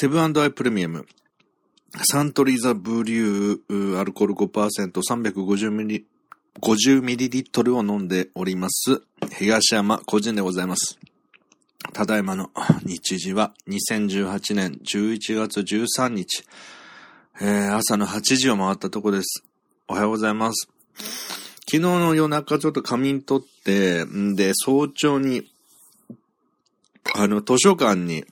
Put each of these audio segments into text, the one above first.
セブン&アイプレミアム。サントリーザブリュー、アルコール 5%、350ミリリットルを飲んでおります。東山個人でございます。ただいまの日時は2018年11月13日、朝の8時を回ったとこです。おはようございます。昨日の夜中ちょっと仮眠取って、で、早朝に、図書館に、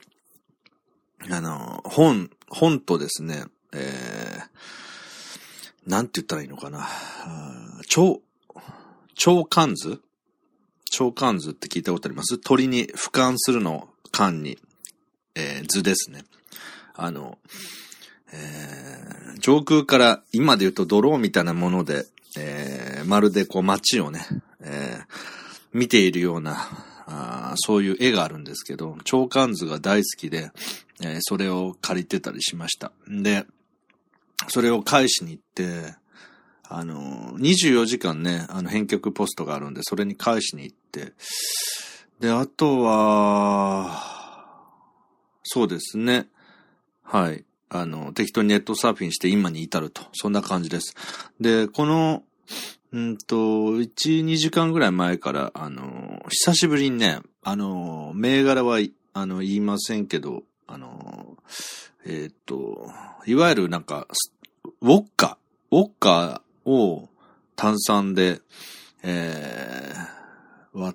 本とですね、なんて言ったらいいのかな。鳥観図って聞いたことあります？鳥に俯瞰するの観に、図ですね。上空から今で言うとドローンみたいなもので、まるでこう街をね、見ているような、そういう絵があるんですけど、鳥観図が大好きで、それを借りてたりしました。で、それを返しに行って、24時間ね、返却ポストがあるんで、それに返しに行って、で、あとは、そうですね。はい。適当にネットサーフィンして今に至ると。そんな感じです。で、この、1、2時間ぐらい前から、久しぶりにね、銘柄は、言いませんけど、いわゆるなんか、ウォッカを炭酸で、割って、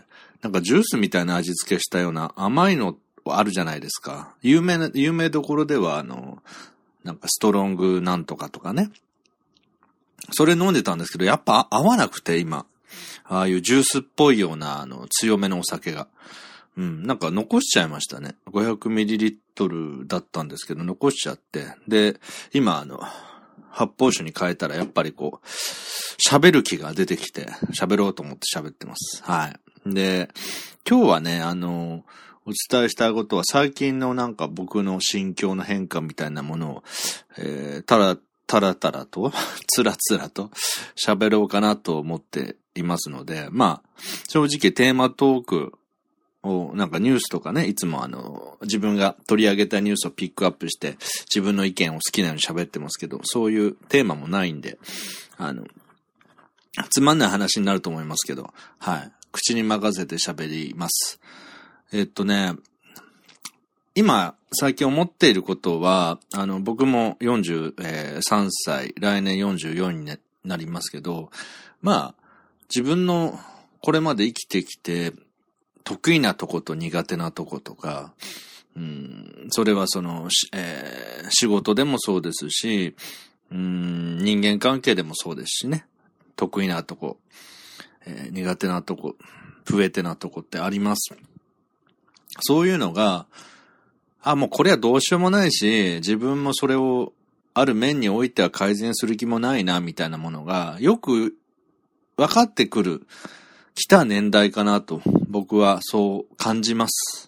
なんかジュースみたいな味付けしたような甘いのあるじゃないですか。有名どころではなんかストロングなんとかとかね。それ飲んでたんですけど、やっぱ合わなくて今。ああいうジュースっぽいような強めのお酒が。なんか残しちゃいましたね。500ml だったんですけど、残しちゃって。で、今発泡酒に変えたらやっぱりこう、喋る気が出てきて、喋ろうと思って喋ってます。はい。で、今日はね、お伝えしたいことは最近のなんか僕の心境の変化みたいなものを、たらと、つらつらと喋ろうかなと思っていますので、まあ、正直テーマトークをなんかニュースとかね、いつも自分が取り上げたニュースをピックアップして自分の意見を好きなように喋ってますけど、そういうテーマもないんで、つまんない話になると思いますけど、はい。口に任せて喋ります。今、最近思っていることは、僕も43歳、来年44になりますけど、まあ、自分のこれまで生きてきて、得意なとこと苦手なとことか、それは仕事でもそうですし、人間関係でもそうですしね、得意なとこ、苦手なとこ、不得手なとこってあります。そういうのが、もうこれはどうしようもないし、自分もそれをある面においては改善する気もないな、みたいなものが、よく分かってきた年代かなと、僕はそう感じます。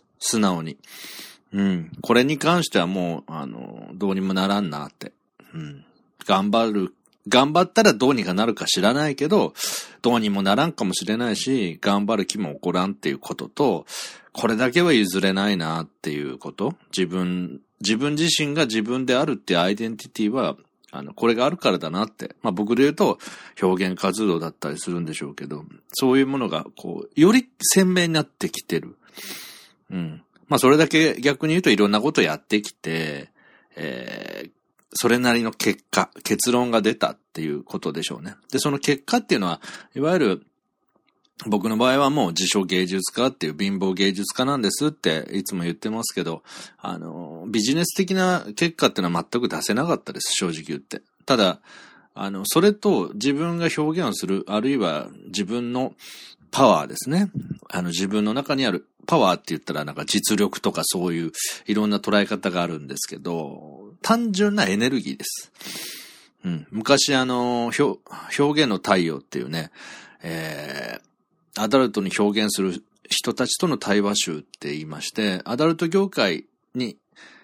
素直に。これに関してはもう、どうにもならんなって。頑張ったらどうにかなるか知らないけど、どうにもならんかもしれないし、頑張る気も起こらんっていうことと、これだけは譲れないなっていうこと、自分自身が自分であるっていうアイデンティティは、これがあるからだなって。まあ僕で言うと表現活動だったりするんでしょうけど、そういうものがこう、より鮮明になってきてる。まあそれだけ逆に言うといろんなことやってきて、それなりの結論が出たっていうことでしょうね。で、その結果っていうのは、いわゆる、僕の場合はもう自称芸術家っていう貧乏芸術家なんですっていつも言ってますけど、ビジネス的な結果っていうのは全く出せなかったです、正直言って。ただ、それと自分が表現をする、あるいは自分のパワーですね。自分の中にあるパワーって言ったらなんか実力とかそういういろんな捉え方があるんですけど、単純なエネルギーです。昔表現の太陽っていうね、アダルトに表現する人たちとの対話集って言いまして、アダルト業界に、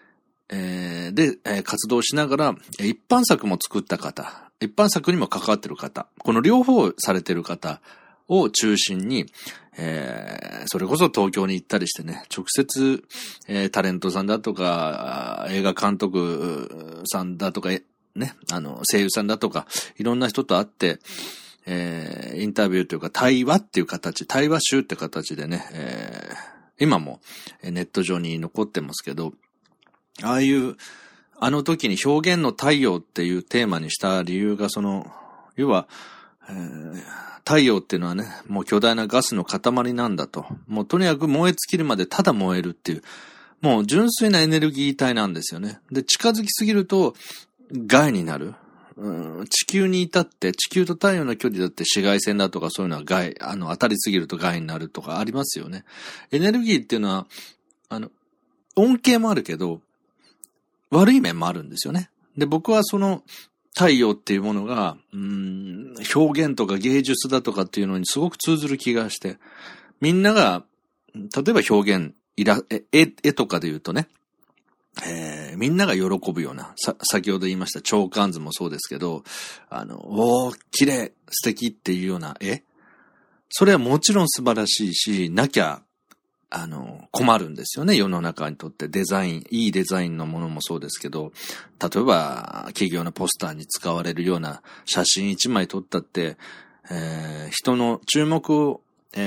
活動しながら、一般作も作った方、一般作にも関わってる方、この両方されてる方を中心に、それこそ東京に行ったりしてね、直接、タレントさんだとか、映画監督さんだとか、ね、声優さんだとか、いろんな人と会って、インタビューというか対話っていう形、対話集って形でね、今もネット上に残ってますけど、あの時に表現の太陽っていうテーマにした理由が要は、太陽っていうのはね、もう巨大なガスの塊なんだと。もうとにかく燃え尽きるまでただ燃えるっていう、もう純粋なエネルギー体なんですよね。で、近づきすぎると害になる。地球に至って、地球と太陽の距離だって紫外線だとかそういうのは害、当たりすぎると害になるとかありますよね。エネルギーっていうのは、恩恵もあるけど、悪い面もあるんですよね。で、僕は太陽っていうものが、表現とか芸術だとかっていうのにすごく通ずる気がして、みんなが、例えば表現、絵とかで言うとね、みんなが喜ぶような、先ほど言いました鳥観図もそうですけど、綺麗、素敵っていうような絵、それはもちろん素晴らしいし、なきゃ、困るんですよね、世の中にとって。デザイン、いいデザインのものもそうですけど、例えば、企業のポスターに使われるような写真一枚撮ったって、人の注目を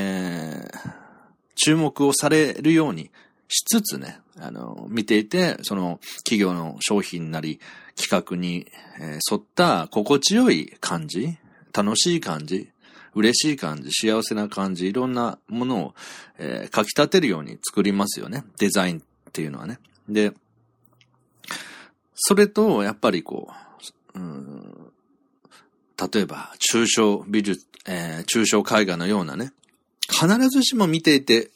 されるようにしつつね、見ていて、企業の商品なり企画に、沿った心地よい感じ、楽しい感じ、嬉しい感じ、幸せな感じ、いろんなものを、かき立てるように作りますよね。デザインっていうのはね。で、それと、やっぱり例えば、抽象美術、抽象絵画のようなね、必ずしも見ていて、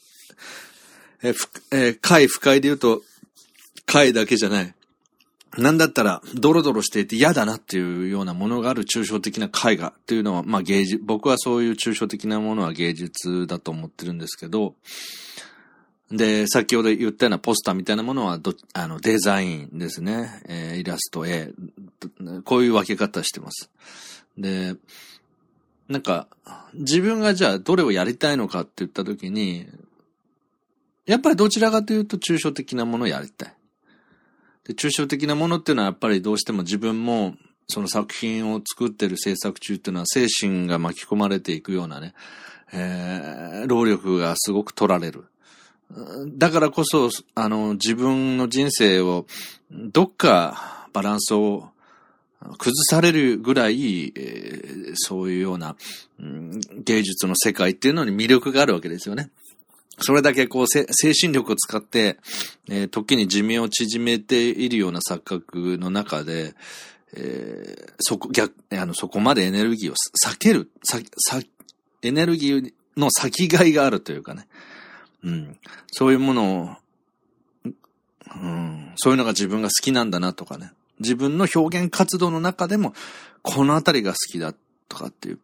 絵不快で言うと、絵だけじゃない。なんだったら、ドロドロしていて嫌だなっていうようなものがある抽象的な絵画っていうのは、まあ芸術、僕はそういう抽象的なものは芸術だと思ってるんですけど、で、先ほど言ったようなポスターみたいなものはデザインですね。イラスト、絵、こういう分け方してます。で、なんか、自分がじゃあどれをやりたいのかって言ったときに、やっぱりどちらかというと抽象的なものをやりたい。で、抽象的なものっていうのはやっぱりどうしても自分もその作品を作ってる制作中っていうのは精神が巻き込まれていくようなね、労力がすごく取られる。だからこそ、自分の人生をどっかバランスを崩されるぐらい、そういうような、芸術の世界っていうのに魅力があるわけですよね。それだけ精神力を使って、時に寿命を縮めているような錯覚の中で、そこまでエネルギーを避ける、エネルギーの先がいがあるというかね。そういうものを、そういうのが自分が好きなんだなとかね。自分の表現活動の中でも、このあたりが好きだとかっていう。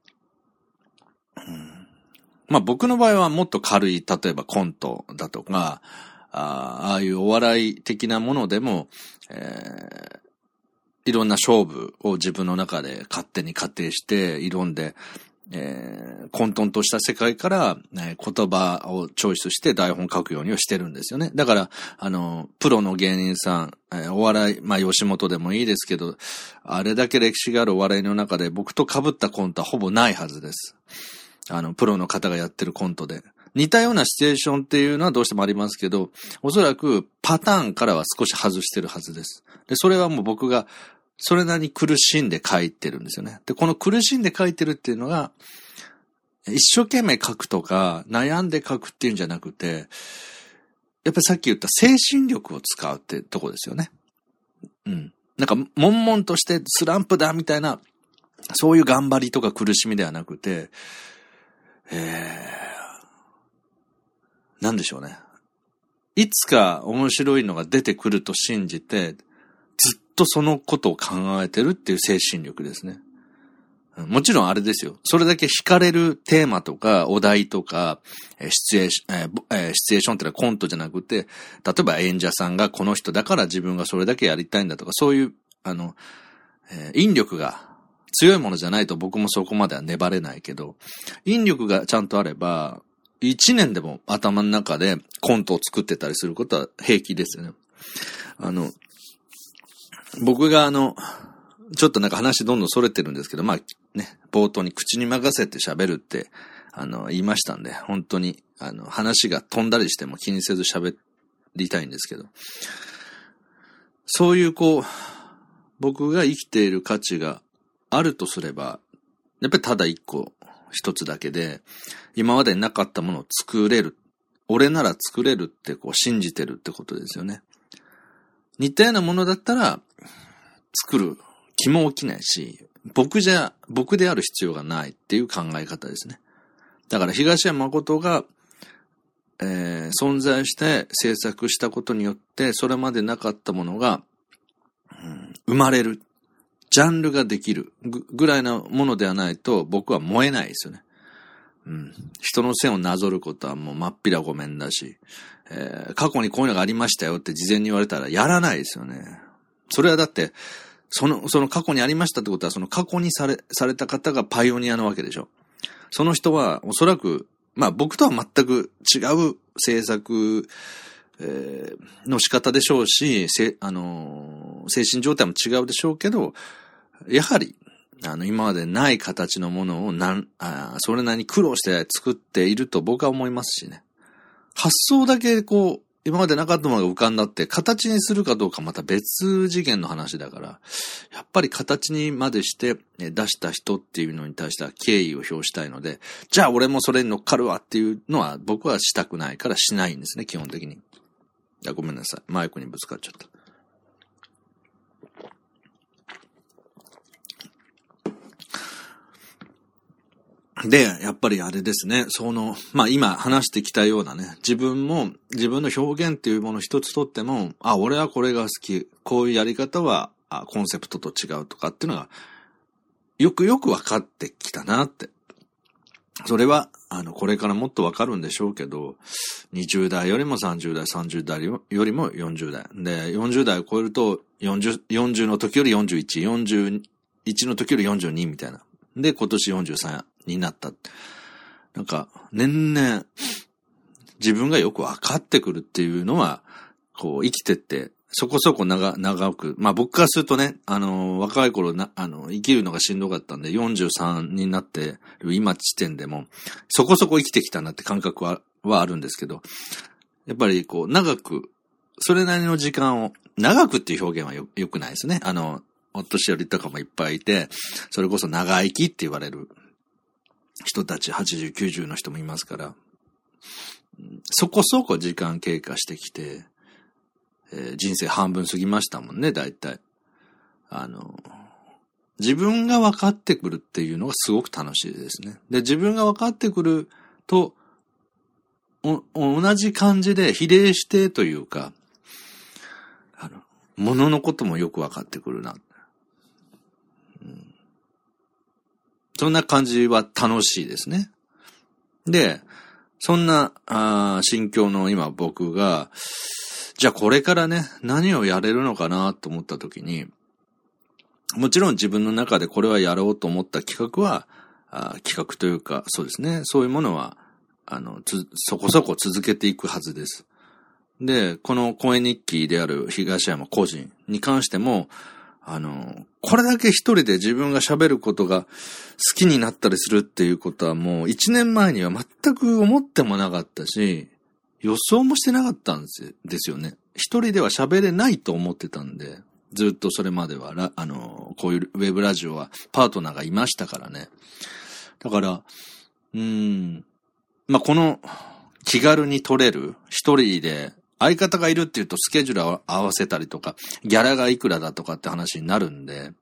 まあ僕の場合はもっと軽い、例えばコントだとか、ああいうお笑い的なものでも、いろんな勝負を自分の中で勝手に仮定して挑んで、混沌とした世界から、言葉をチョイスして台本書くようにはしてるんですよね。だから、プロの芸人さん、お笑い、まあ吉本でもいいですけど、あれだけ歴史があるお笑いの中で僕と被ったコントはほぼないはずです。プロの方がやってるコントで。似たようなシチュエーションっていうのはどうしてもありますけど、おそらくパターンからは少し外してるはずです。で、それはもう僕がそれなりに苦しんで書いてるんですよね。で、この苦しんで書いてるっていうのが、一生懸命書くとか、悩んで書くっていうんじゃなくて、やっぱりさっき言った精神力を使うってとこですよね。なんか、悶々としてスランプだみたいな、そういう頑張りとか苦しみではなくて、なんでしょうね。いつか面白いのが出てくると信じて、ずっとそのことを考えてるっていう精神力ですね。もちろんあれですよ。それだけ惹かれるテーマとかお題とか、シチュエーションっていうのはコントじゃなくて、例えば演者さんがこの人だから自分がそれだけやりたいんだとか、そういう、引力が強いものじゃないと僕もそこまでは粘れないけど、引力がちゃんとあれば、1年でも頭の中でコントを作ってたりすることは平気ですよね。僕がちょっとなんか話どんどん逸れてるんですけど、まあね、冒頭に口に任せて喋るって、言いましたんで、本当に、話が飛んだりしても気にせず喋りたいんですけど、そういう僕が生きている価値があるとすれば、やっぱりただ一つだけで、今までになかったものを作れる。俺なら作れるって信じてるってことですよね。似たようなものだったら、作る気も起きないし、僕である必要がないっていう考え方ですね。だから東山誠が、存在して制作したことによって、それまでなかったものが、生まれる。ジャンルができるぐらいなものではないと僕は燃えないですよね。人の線をなぞることはもうまっぴらごめんだし、過去にこういうのがありましたよって事前に言われたらやらないですよね。それはだって、その過去にありましたってことはその過去にされた方がパイオニアなわけでしょ。その人はおそらく、まあ僕とは全く違う制作、の仕方でしょうし、精神状態も違うでしょうけど、やはり、今までない形のものをそれなりに苦労して作っていると僕は思いますしね。発想だけ今までなかったものが浮かんだって形にするかどうかまた別次元の話だから、やっぱり形にまでして出した人っていうのに対しては敬意を表したいので、じゃあ俺もそれに乗っかるわっていうのは僕はしたくないからしないんですね、基本的に。ごめんなさい。マイクにぶつかっちゃった。で、やっぱりあれですね、まあ今話してきたようなね、自分の表現っていうもの一つとっても、俺はこれが好き、こういうやり方は、コンセプトと違うとかっていうのが、よく分かってきたなって。それは、これからもっと分かるんでしょうけど、20代よりも30代、30代よりも40代。で、40代を超えると、40の時より41、41の時より42みたいな。で、今年43になった。なんか、年々、自分がよく分かってくるっていうのは、生きてって、そこそこ長く、まあ僕からするとね、若い頃生きるのがしんどかったんで、43になってる今時点でも、そこそこ生きてきたなって感覚はあるんですけど、やっぱり長く、それなりの時間を、長くっていう表現はよくないですね。お年寄りとかもいっぱいいて、それこそ長生きって言われる人たち、80、90の人もいますから、そこそこ時間経過してきて、人生半分過ぎましたもんね、大体。自分が分かってくるっていうのがすごく楽しいですね。で、自分が分かってくると、同じ感じで比例してというか、物のこともよく分かってくるな。そんな感じは楽しいですね。で、そんな、心境の今僕が、じゃあこれからね、何をやれるのかなと思った時に、もちろん自分の中でこれはやろうと思った企画は、企画というか、そうですね、そういうものは、そこそこ続けていくはずです。で、この声日記である東山個人に関しても、これだけ一人で自分が喋ることが好きになったりするっていうことはもう1年前には全く思ってもなかったし、予想もしてなかったんですよね。一人では喋れないと思ってたんで、ずっとそれまでは、こういうウェブラジオはパートナーがいましたからね。だから、まあ、この気軽に撮れる一人で、相方がいるっていうとスケジュールを合わせたりとか、ギャラがいくらだとかって話になるんで、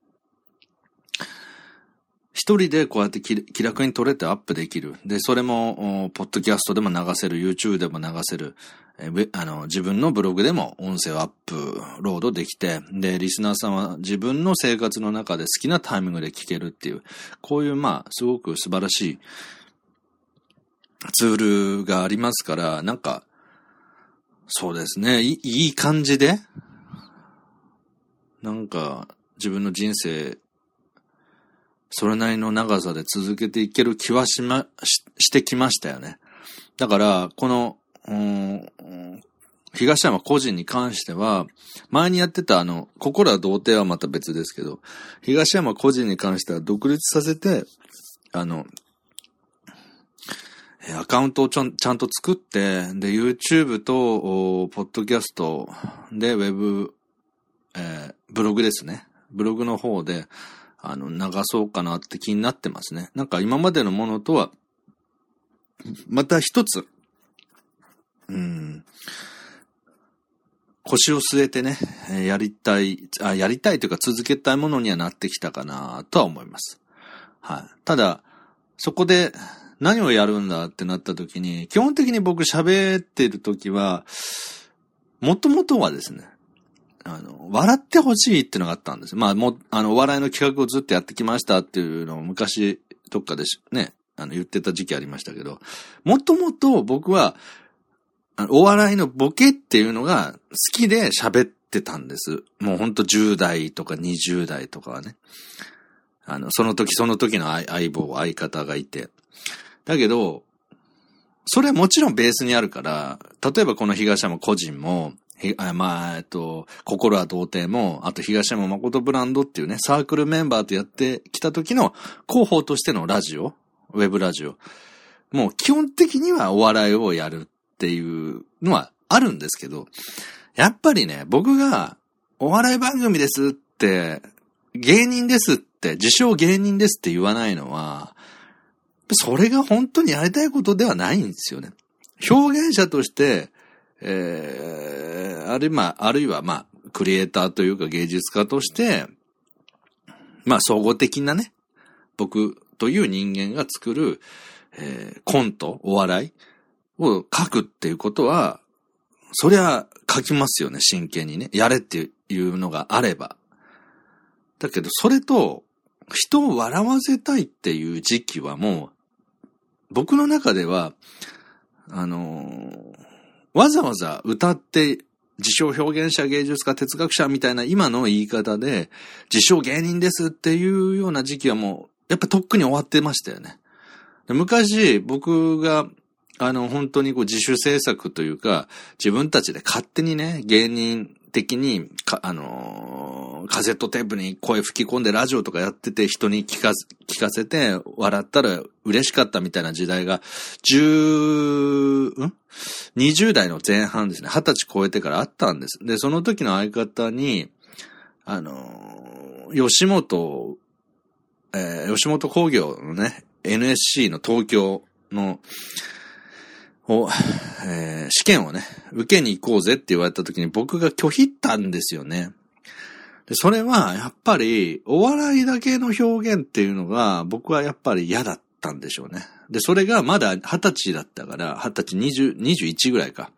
一人でこうやって気楽に撮れてアップできる。で、それも、ポッドキャストでも流せる、YouTube でも流せる、自分のブログでも音声をアップロードできて、で、リスナーさんは自分の生活の中で好きなタイミングで聞けるっていう、こういうまあ、すごく素晴らしいツールがありますから、なんか、そうですね、いい感じで、なんか、自分の人生それなりの長さで続けていける気はしてきましたよね。だから、この、東山個人に関しては、前にやってた心は童貞はまた別ですけど、東山個人に関しては独立させて、アカウントをちゃんと作って、で、YouTube と、ポッドキャストで、ウェブ、ブログですね。ブログの方で、流そうかなって気になってますね。なんか今までのものとは、また一つ、腰を据えてね、やりたいというか続けたいものにはなってきたかなとは思います。はい。ただ、そこで何をやるんだってなった時に、基本的に僕喋ってる時は、もともとはですね、笑ってほしいっていうのがあったんです。まあ、お笑いの企画をずっとやってきましたっていうのを昔、どっかでね、言ってた時期ありましたけど、もともと僕は、お笑いのボケっていうのが好きで喋ってたんです。もうほんと10代とか20代とかはね。その時の相方がいて。だけど、それはもちろんベースにあるから、例えばこの東山個人も、心は童貞も、あと東山誠ブランドっていうね、サークルメンバーとやってきた時の広報としてのラジオ、ウェブラジオ。もう基本的にはお笑いをやるっていうのはあるんですけど、やっぱりね、僕がお笑い番組ですって、芸人ですって、自称芸人ですって言わないのは、それが本当にやりたいことではないんですよね。表現者として、あるいはクリエイターというか芸術家として、総合的なね、僕という人間が作る、コント、お笑いを書くっていうことは、そりゃ書きますよね、真剣にね。やれっていうのがあれば。だけど、それと、人を笑わせたいっていう時期はもう、僕の中では、わざわざ歌って、自称表現者、芸術家、哲学者みたいな今の言い方で、自称芸人ですっていうような時期はもう、やっぱとっくに終わってましたよね。昔、僕が、本当に自主制作というか、自分たちで勝手にね、芸人的に、カセットテープに声吹き込んでラジオとかやってて人に聞かせて笑ったら嬉しかったみたいな時代が、20代の前半ですね。20歳超えてからあったんです。で、その時の相方に、吉本興業のね、NSC の東京の、試験をね、受けに行こうぜって言われた時に僕が拒否ったんですよね。で、それはやっぱりお笑いだけの表現っていうのが僕はやっぱり嫌だったんでしょうね。で、それがまだ20歳だったから、20歳21ぐらいか。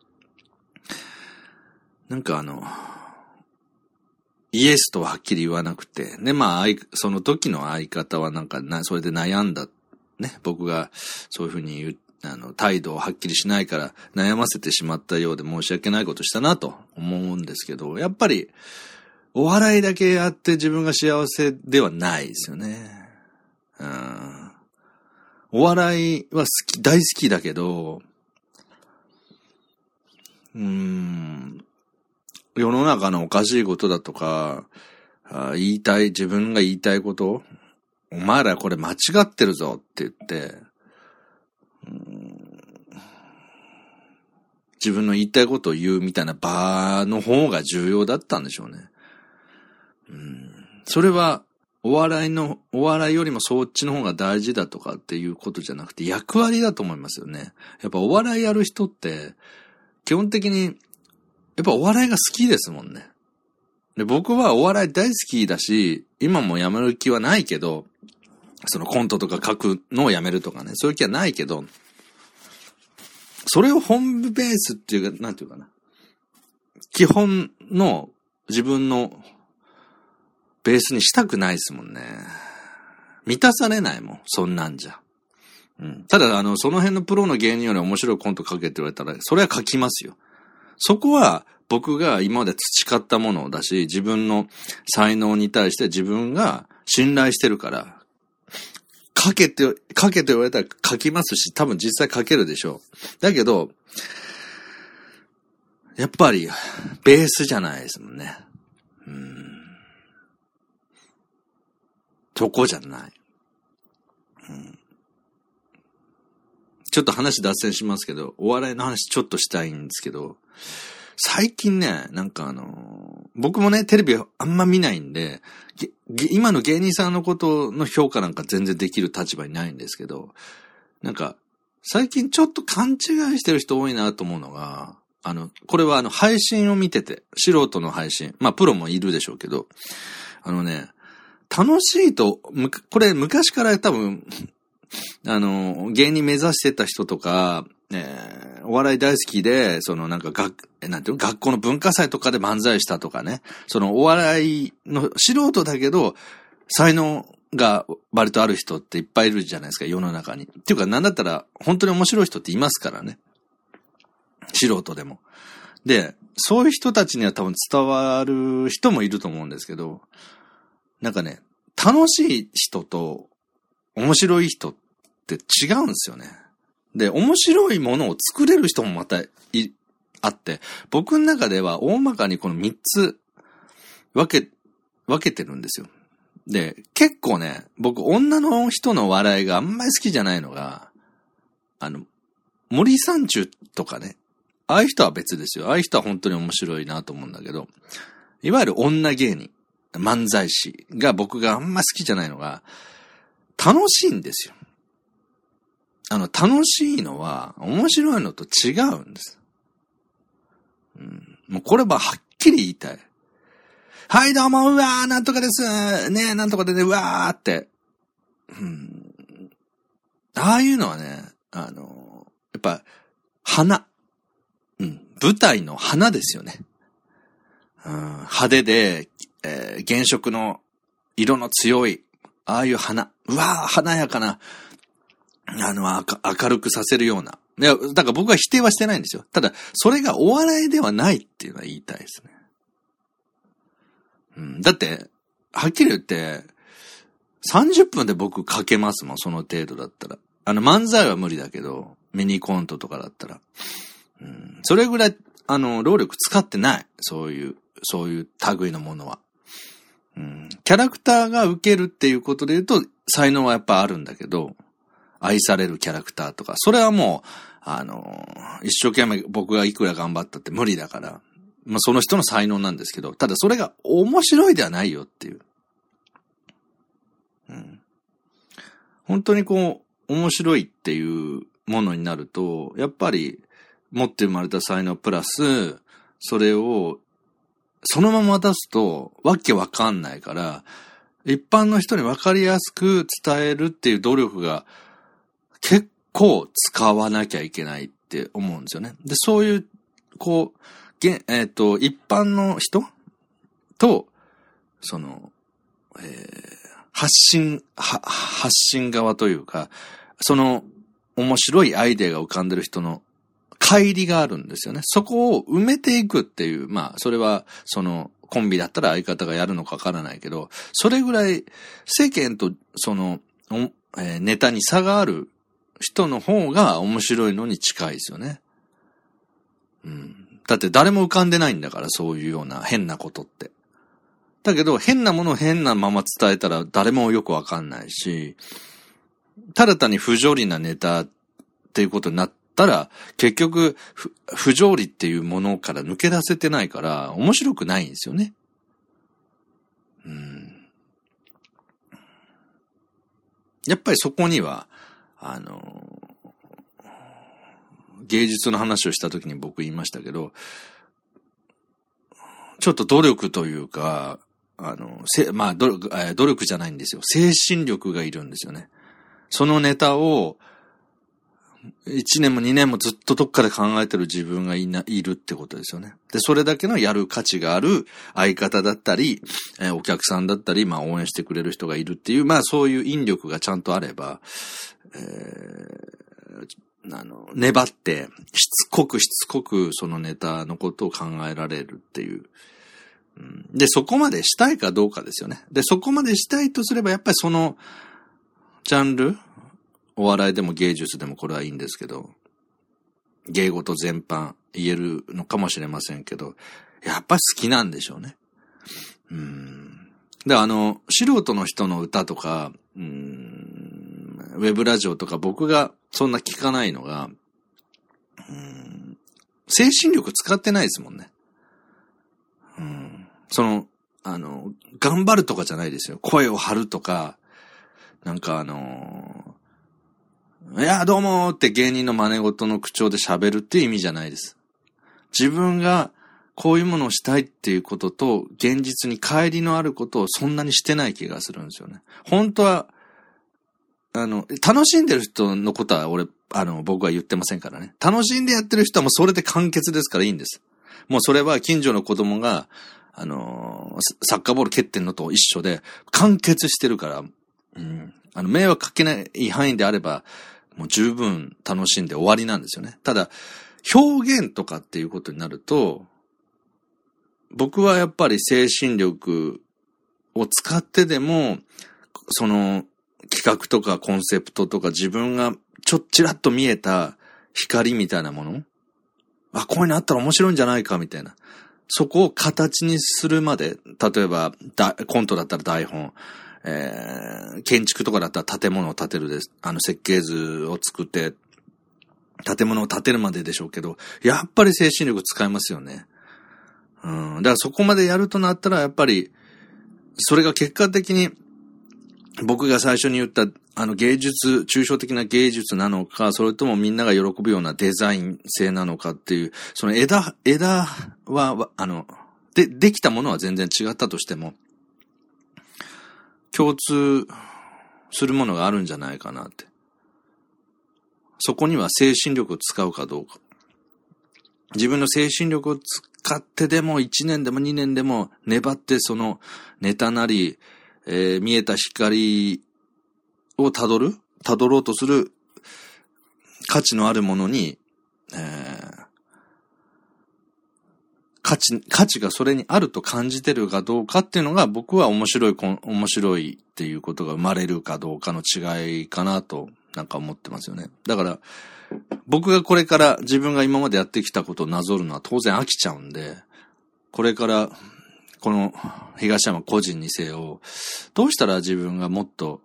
なんかイエスとははっきり言わなくて、で、その時の相方はそれで悩んだ。ね、僕がそういうふうに態度をはっきりしないから悩ませてしまったようで申し訳ないことしたなと思うんですけど、やっぱりお笑いだけやって自分が幸せではないですよね。お笑いは大好きだけど、世の中のおかしいことだとか、自分が言いたいこと、お前らこれ間違ってるぞって言って、自分の言いたいことを言うみたいな場の方が重要だったんでしょうね。それはお笑いよりもそっちの方が大事だとかっていうことじゃなくて役割だと思いますよね。やっぱお笑いやる人って基本的にやっぱお笑いが好きですもんね。で、僕はお笑い大好きだし、今もやめる気はないけど、そのコントとか書くのをやめるとかね、そういう気はないけど、それを本ベースっていうか、なんていうかな。基本の自分のベースにしたくないですもんね。満たされないもん、そんなんじゃ。ただ、その辺のプロの芸人より面白いコント書けって言われたら、それは書きますよ。そこは僕が今まで培ったものだし、自分の才能に対して自分が信頼してるから、 書けと言われたら書きますし、多分実際書けるでしょう。だけど、やっぱり、ベースじゃないですもんね。そこじゃない。ちょっと話脱線しますけど、お笑いの話ちょっとしたいんですけど、最近ね、なんか僕もね、テレビあんま見ないんで、今の芸人さんのことの評価なんか全然できる立場にないんですけど、なんか、最近ちょっと勘違いしてる人多いなと思うのが、これは配信を見てて、素人の配信、まあプロもいるでしょうけど、楽しいと、これ昔から多分、芸人目指してた人とか、お笑い大好きで、なんていうの、学校の文化祭とかで漫才したとかね、お笑いの素人だけど、才能が割とある人っていっぱいいるじゃないですか、世の中に。っていうか、なんだったら、本当に面白い人っていますからね。素人でも。で、そういう人たちには多分伝わる人もいると思うんですけど、なんかね、楽しい人と面白い人って違うんですよね。で、面白いものを作れる人もまたあって、僕の中では大まかにこの3つ分けてるんですよ。で、結構ね、僕女の人の笑いがあんまり好きじゃないのが、森三中とかね、ああいう人は別ですよ。ああいう人は本当に面白いなと思うんだけど、いわゆる女芸人、漫才師が僕があんま好きじゃないのが、楽しいんですよ。楽しいのは面白いのと違うんです。もうこれははっきり言いたい。はいどうも、うわー、なんとかです。ねえ、なんとかでね、うわーって。ああいうのはね、やっぱ、花。舞台の花ですよね。派手で、原色の色の強い、ああいう花。うわー、華やかな、明るくさせるような。いや、だから僕は否定はしてないんですよ。ただ、それがお笑いではないっていうのは言いたいですね。だって、はっきり言って、30分で僕書けますもん、その程度だったら。漫才は無理だけど、ミニコントとかだったら。それぐらい、労力使ってない。そういう類のものは。キャラクターが受けるっていうことで言うと、才能はやっぱあるんだけど、愛されるキャラクターとか、それはもう、一生懸命僕がいくら頑張ったって無理だから、まあその人の才能なんですけど、ただそれが面白いではないよっていう。本当にこう、面白いっていうものになると、やっぱり、持って生まれた才能プラス、それを、そのまま出すと、わけわかんないから、一般の人にわかりやすく伝えるっていう努力が、結構使わなきゃいけないって思うんですよね。で、そういう、こう、一般の人と、発信側というか、面白いアイデアが浮かんでる人の乖離があるんですよね。そこを埋めていくっていう、まあ、それは、コンビだったら相方がやるのかわからないけど、それぐらい世間とネタに差がある人の方が面白いのに近いですよね。だって誰も浮かんでないんだから、そういうような変なことって。だけど、変なものを変なまま伝えたら誰もよくわかんないし、ただ単に不条理なネタっていうことになったら、結局、不条理っていうものから抜け出せてないから、面白くないんですよね。やっぱりそこには、芸術の話をした時に僕言いましたけど、ちょっと努力というか、努力じゃないんですよ。精神力がいるんですよね。そのネタを、1年も2年もずっとどっかで考えてる自分がいるってことですよね。で、それだけのやる価値がある相方だったり、お客さんだったり、まあ応援してくれる人がいるっていう、まあそういう引力がちゃんとあれば、粘って、しつこくそのネタのことを考えられるっていう。で、そこまでしたいかどうかですよね。で、そこまでしたいとすれば、やっぱりジャンル、お笑いでも芸術でもこれはいいんですけど、芸事全般言えるのかもしれませんけど、やっぱ好きなんでしょうね。で、素人の人の歌とか、ウェブラジオとか僕がそんな聞かないのが、精神力使ってないですもんね。頑張るとかじゃないですよ。声を張るとか、なんかいや、どうもーって芸人の真似事の口調で喋るっていう意味じゃないです。自分がこういうものをしたいっていうことと、現実に乖離のあることをそんなにしてない気がするんですよね。本当は、楽しんでる人のことは僕は言ってませんからね。楽しんでやってる人はもうそれで完結ですからいいんです。もうそれは近所の子供が、サッカーボール蹴ってんのと一緒で、完結してるから、迷惑かけない範囲であれば、もう十分楽しんで終わりなんですよね。ただ、表現とかっていうことになると、僕はやっぱり精神力を使ってでも、その企画とかコンセプトとか自分がちらっと見えた光みたいなもの、こういうのあったら面白いんじゃないかみたいな。そこを形にするまで、例えばコントだったら台本、建築とかだったら建物を建てるです。設計図を作って、建物を建てるまででしょうけど、やっぱり精神力使いますよね。だからそこまでやるとなったら、やっぱり、それが結果的に、僕が最初に言った、芸術、抽象的な芸術なのか、それともみんなが喜ぶようなデザイン性なのかっていう、その枝は、できたものは全然違ったとしても、共通するものがあるんじゃないかなって。そこには精神力を使うかどうか。自分の精神力を使ってでも1年でも2年でも粘ってそのネタなり、見えた光をたどろうとする価値のあるものに、価値がそれにあると感じてるかどうかっていうのが僕は面白いっていうことが生まれるかどうかの違いかなとなんか思ってますよね。だから僕がこれから自分が今までやってきたことをなぞるのは当然飽きちゃうんで、これからこの東山個人にせよ、どうしたら自分がもっと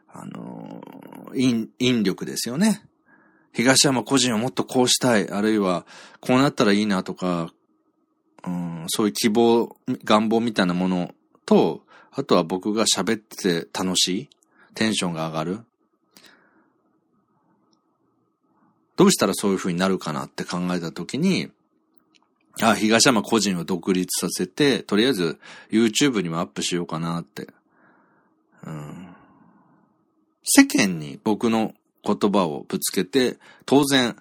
引力ですよね。東山個人をもっとこうしたい、あるいはこうなったらいいなとか、そういう希望、願望みたいなものと、あとは僕が喋って楽しい、テンションが上がる。どうしたらそういう風になるかなって考えたときに、東山個人を独立させて、とりあえず YouTube にもアップしようかなって。世間に僕の言葉をぶつけて、当然、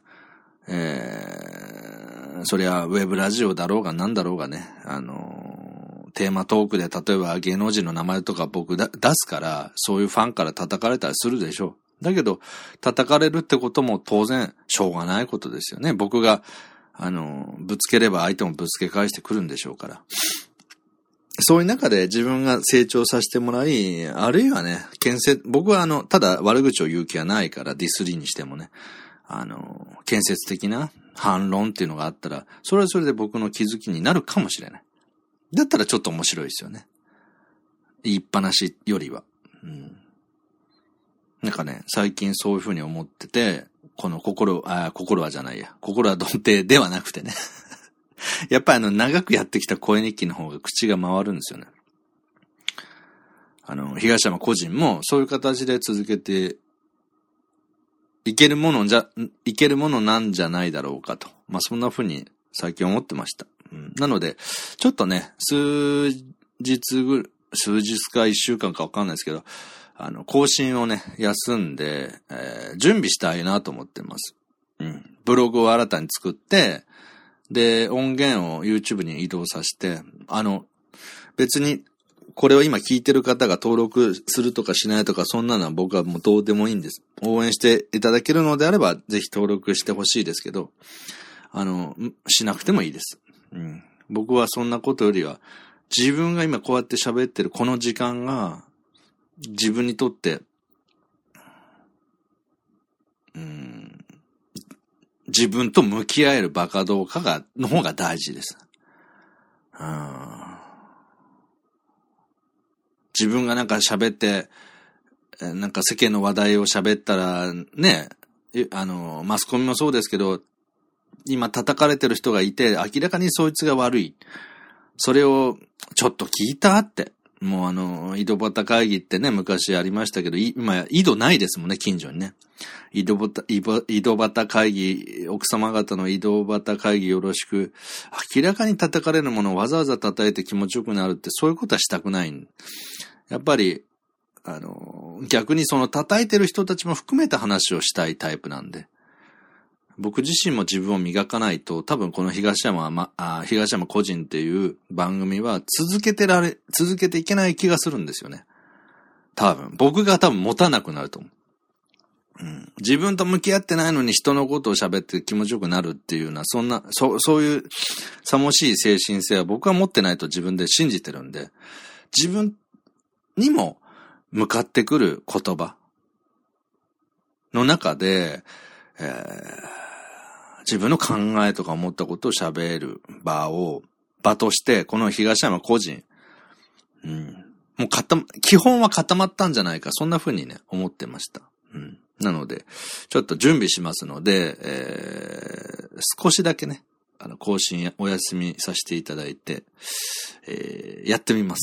そりゃウェブラジオだろうが何だろうがね、テーマトークで例えば芸能人の名前とか僕出すから、そういうファンから叩かれたりするでしょう。だけど、叩かれるってことも当然しょうがないことですよね。僕が、ぶつければ相手もぶつけ返してくるんでしょうから。そういう中で自分が成長させてもらい、あるいはね、僕はただ悪口を言う気はないから、ディスリーにしてもね、建設的な反論っていうのがあったら、それはそれで僕の気づきになるかもしれない。だったらちょっと面白いですよね。言いっぱなしよりは。なんかね、最近そういうふうに思ってて、この心はじゃないや。心は鈍定ではなくてね。やっぱり長くやってきた声日記の方が口が回るんですよね。東山個人もそういう形で続けていけるものなんじゃないだろうかと。そんな風に最近思ってました。なので、ちょっとね、数日か1週間かわかんないですけど、更新をね、休んで、準備したいなと思ってます。ブログを新たに作って、で、音源を YouTube に移動させて、別に、これを今聞いてる方が登録するとかしないとか、そんなのは僕はもうどうでもいいんです。応援していただけるのであれば、ぜひ登録してほしいですけど、しなくてもいいです。僕はそんなことよりは、自分が今こうやって喋ってるこの時間が、自分にとって自分と向き合える場かどうかの方が大事です。自分がなんか喋って、なんか世間の話題を喋ったら、ね、マスコミもそうですけど、今叩かれてる人がいて、明らかにそいつが悪い。それを、ちょっと聞いたって。もう井戸端会議ってね、昔ありましたけど、今、井戸ないですもんね、近所にね。井戸端会議、奥様方の井戸端会議よろしく、明らかに叩かれるものをわざわざ叩いて気持ちよくなるって、そういうことはしたくない。やっぱり、逆にその叩いてる人たちも含めた話をしたいタイプなんで。僕自身も自分を磨かないと、多分この東山個人っていう番組は続けていけない気がするんですよね。僕が持たなくなると思う。自分と向き合ってないのに人のことを喋って気持ちよくなるっていうのは、そういうさもしい精神性は僕は持ってないと自分で信じてるんで、自分にも向かってくる言葉の中で、自分の考えとか思ったことを喋る場として、この東山個人、もう基本は固まったんじゃないか、そんな風にね、思ってました。なので、ちょっと準備しますので、少しだけね、更新お休みさせていただいて、やってみます。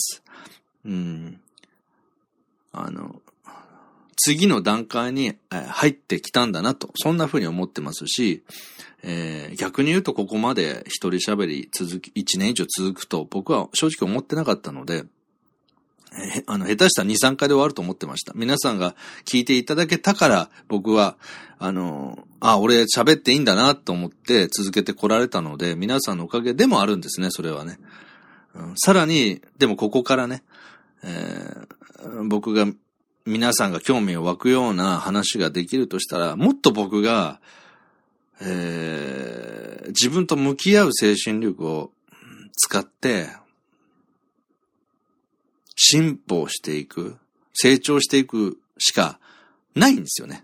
次の段階に入ってきたんだなと、そんな風に思ってますし、逆に言うとここまで一人喋り1年以上続くと僕は正直思ってなかったので、下手したら2、3回で終わると思ってました。皆さんが聞いていただけたから僕は、俺喋っていいんだなと思って続けてこられたので、皆さんのおかげでもあるんですね、それはね。さらに、でもここからね、僕が皆さんが興味を湧くような話ができるとしたら、もっと僕が、自分と向き合う精神力を使って、進歩していく、成長していくしかないんですよね。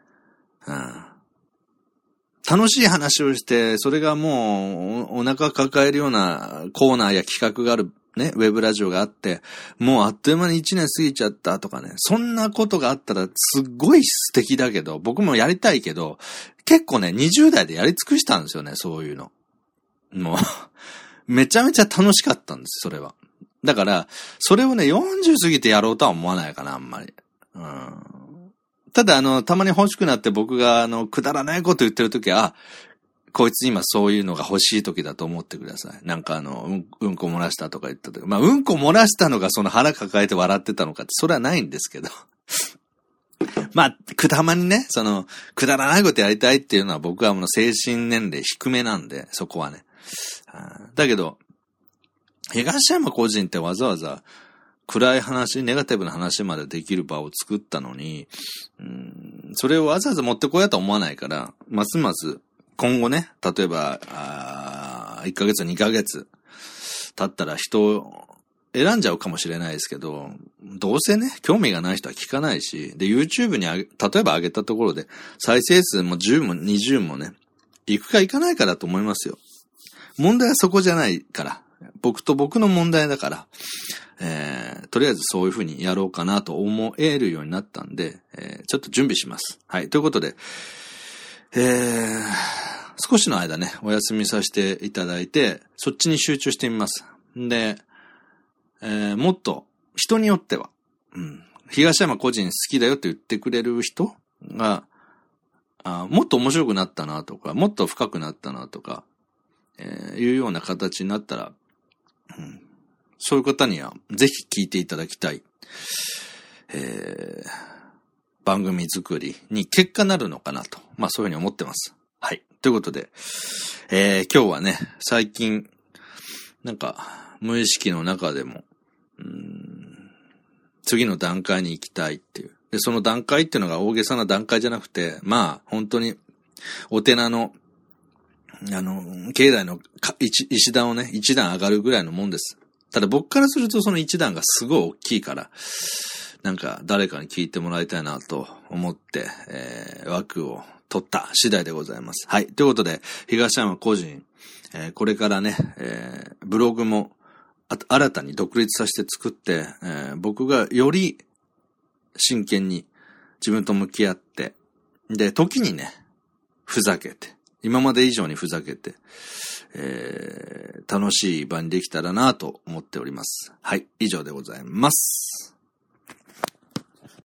楽しい話をして、それがもうお腹抱えるようなコーナーや企画があるね、ウェブラジオがあって、もうあっという間に1年過ぎちゃったとかね、そんなことがあったらすっごい素敵だけど、僕もやりたいけど、結構ね、20代でやり尽くしたんですよね、そういうの。もう、めちゃめちゃ楽しかったんです、それは。だから、それをね、40過ぎてやろうとは思わないかな、あんまり。ただ、たまに欲しくなって僕が、くだらないこと言ってるときは、こいつ今そういうのが欲しい時だと思ってください。なんかうんこ漏らしたとか言った時。うんこ漏らしたのがその腹抱えて笑ってたのかって、それはないんですけど。たまにね、くだらないことやりたいっていうのは僕は精神年齢低めなんで、そこはね。だけど、東山個人ってわざわざ暗い話、ネガティブな話までできる場を作ったのに、それをわざわざ持ってこようとは思わないから、ますます今後ね、例えば、1ヶ月、2ヶ月経ったら人を選んじゃうかもしれないですけど、どうせね、興味がない人は聞かないし、で、YouTube に例えば上げたところで、再生数も10も20もね、行くか行かないかだと思いますよ。問題はそこじゃないから。僕と僕の問題だから、とりあえずそういう風にやろうかなと思えるようになったんで、ちょっと準備します。はい。ということで、少しの間ね、お休みさせていただいて、そっちに集中してみます。で、もっと人によっては、東山個人好きだよって言ってくれる人が、もっと面白くなったなとか、もっと深くなったなとか、いうような形になったら、そういう方にはぜひ聞いていただきたい、番組作りに結果なるのかなと、そういうふうに思ってます。はい。ということで、今日はね、最近、なんか、無意識の中でも、次の段階に行きたいっていう。で、その段階っていうのが大げさな段階じゃなくて、本当に、お寺の、境内の石段をね、一段上がるぐらいのもんです。ただ僕からするとその一段がすごい大きいから、 なんか誰かに聞いてもらいたいなと思って、枠を取った次第でございます。はい。ということで、東山個人、これからね、ブログも新たに独立させて作って、僕がより真剣に自分と向き合って、で、時にね、ふざけて、今まで以上にふざけて、楽しい場にできたらなと思っております。はい、以上でございます。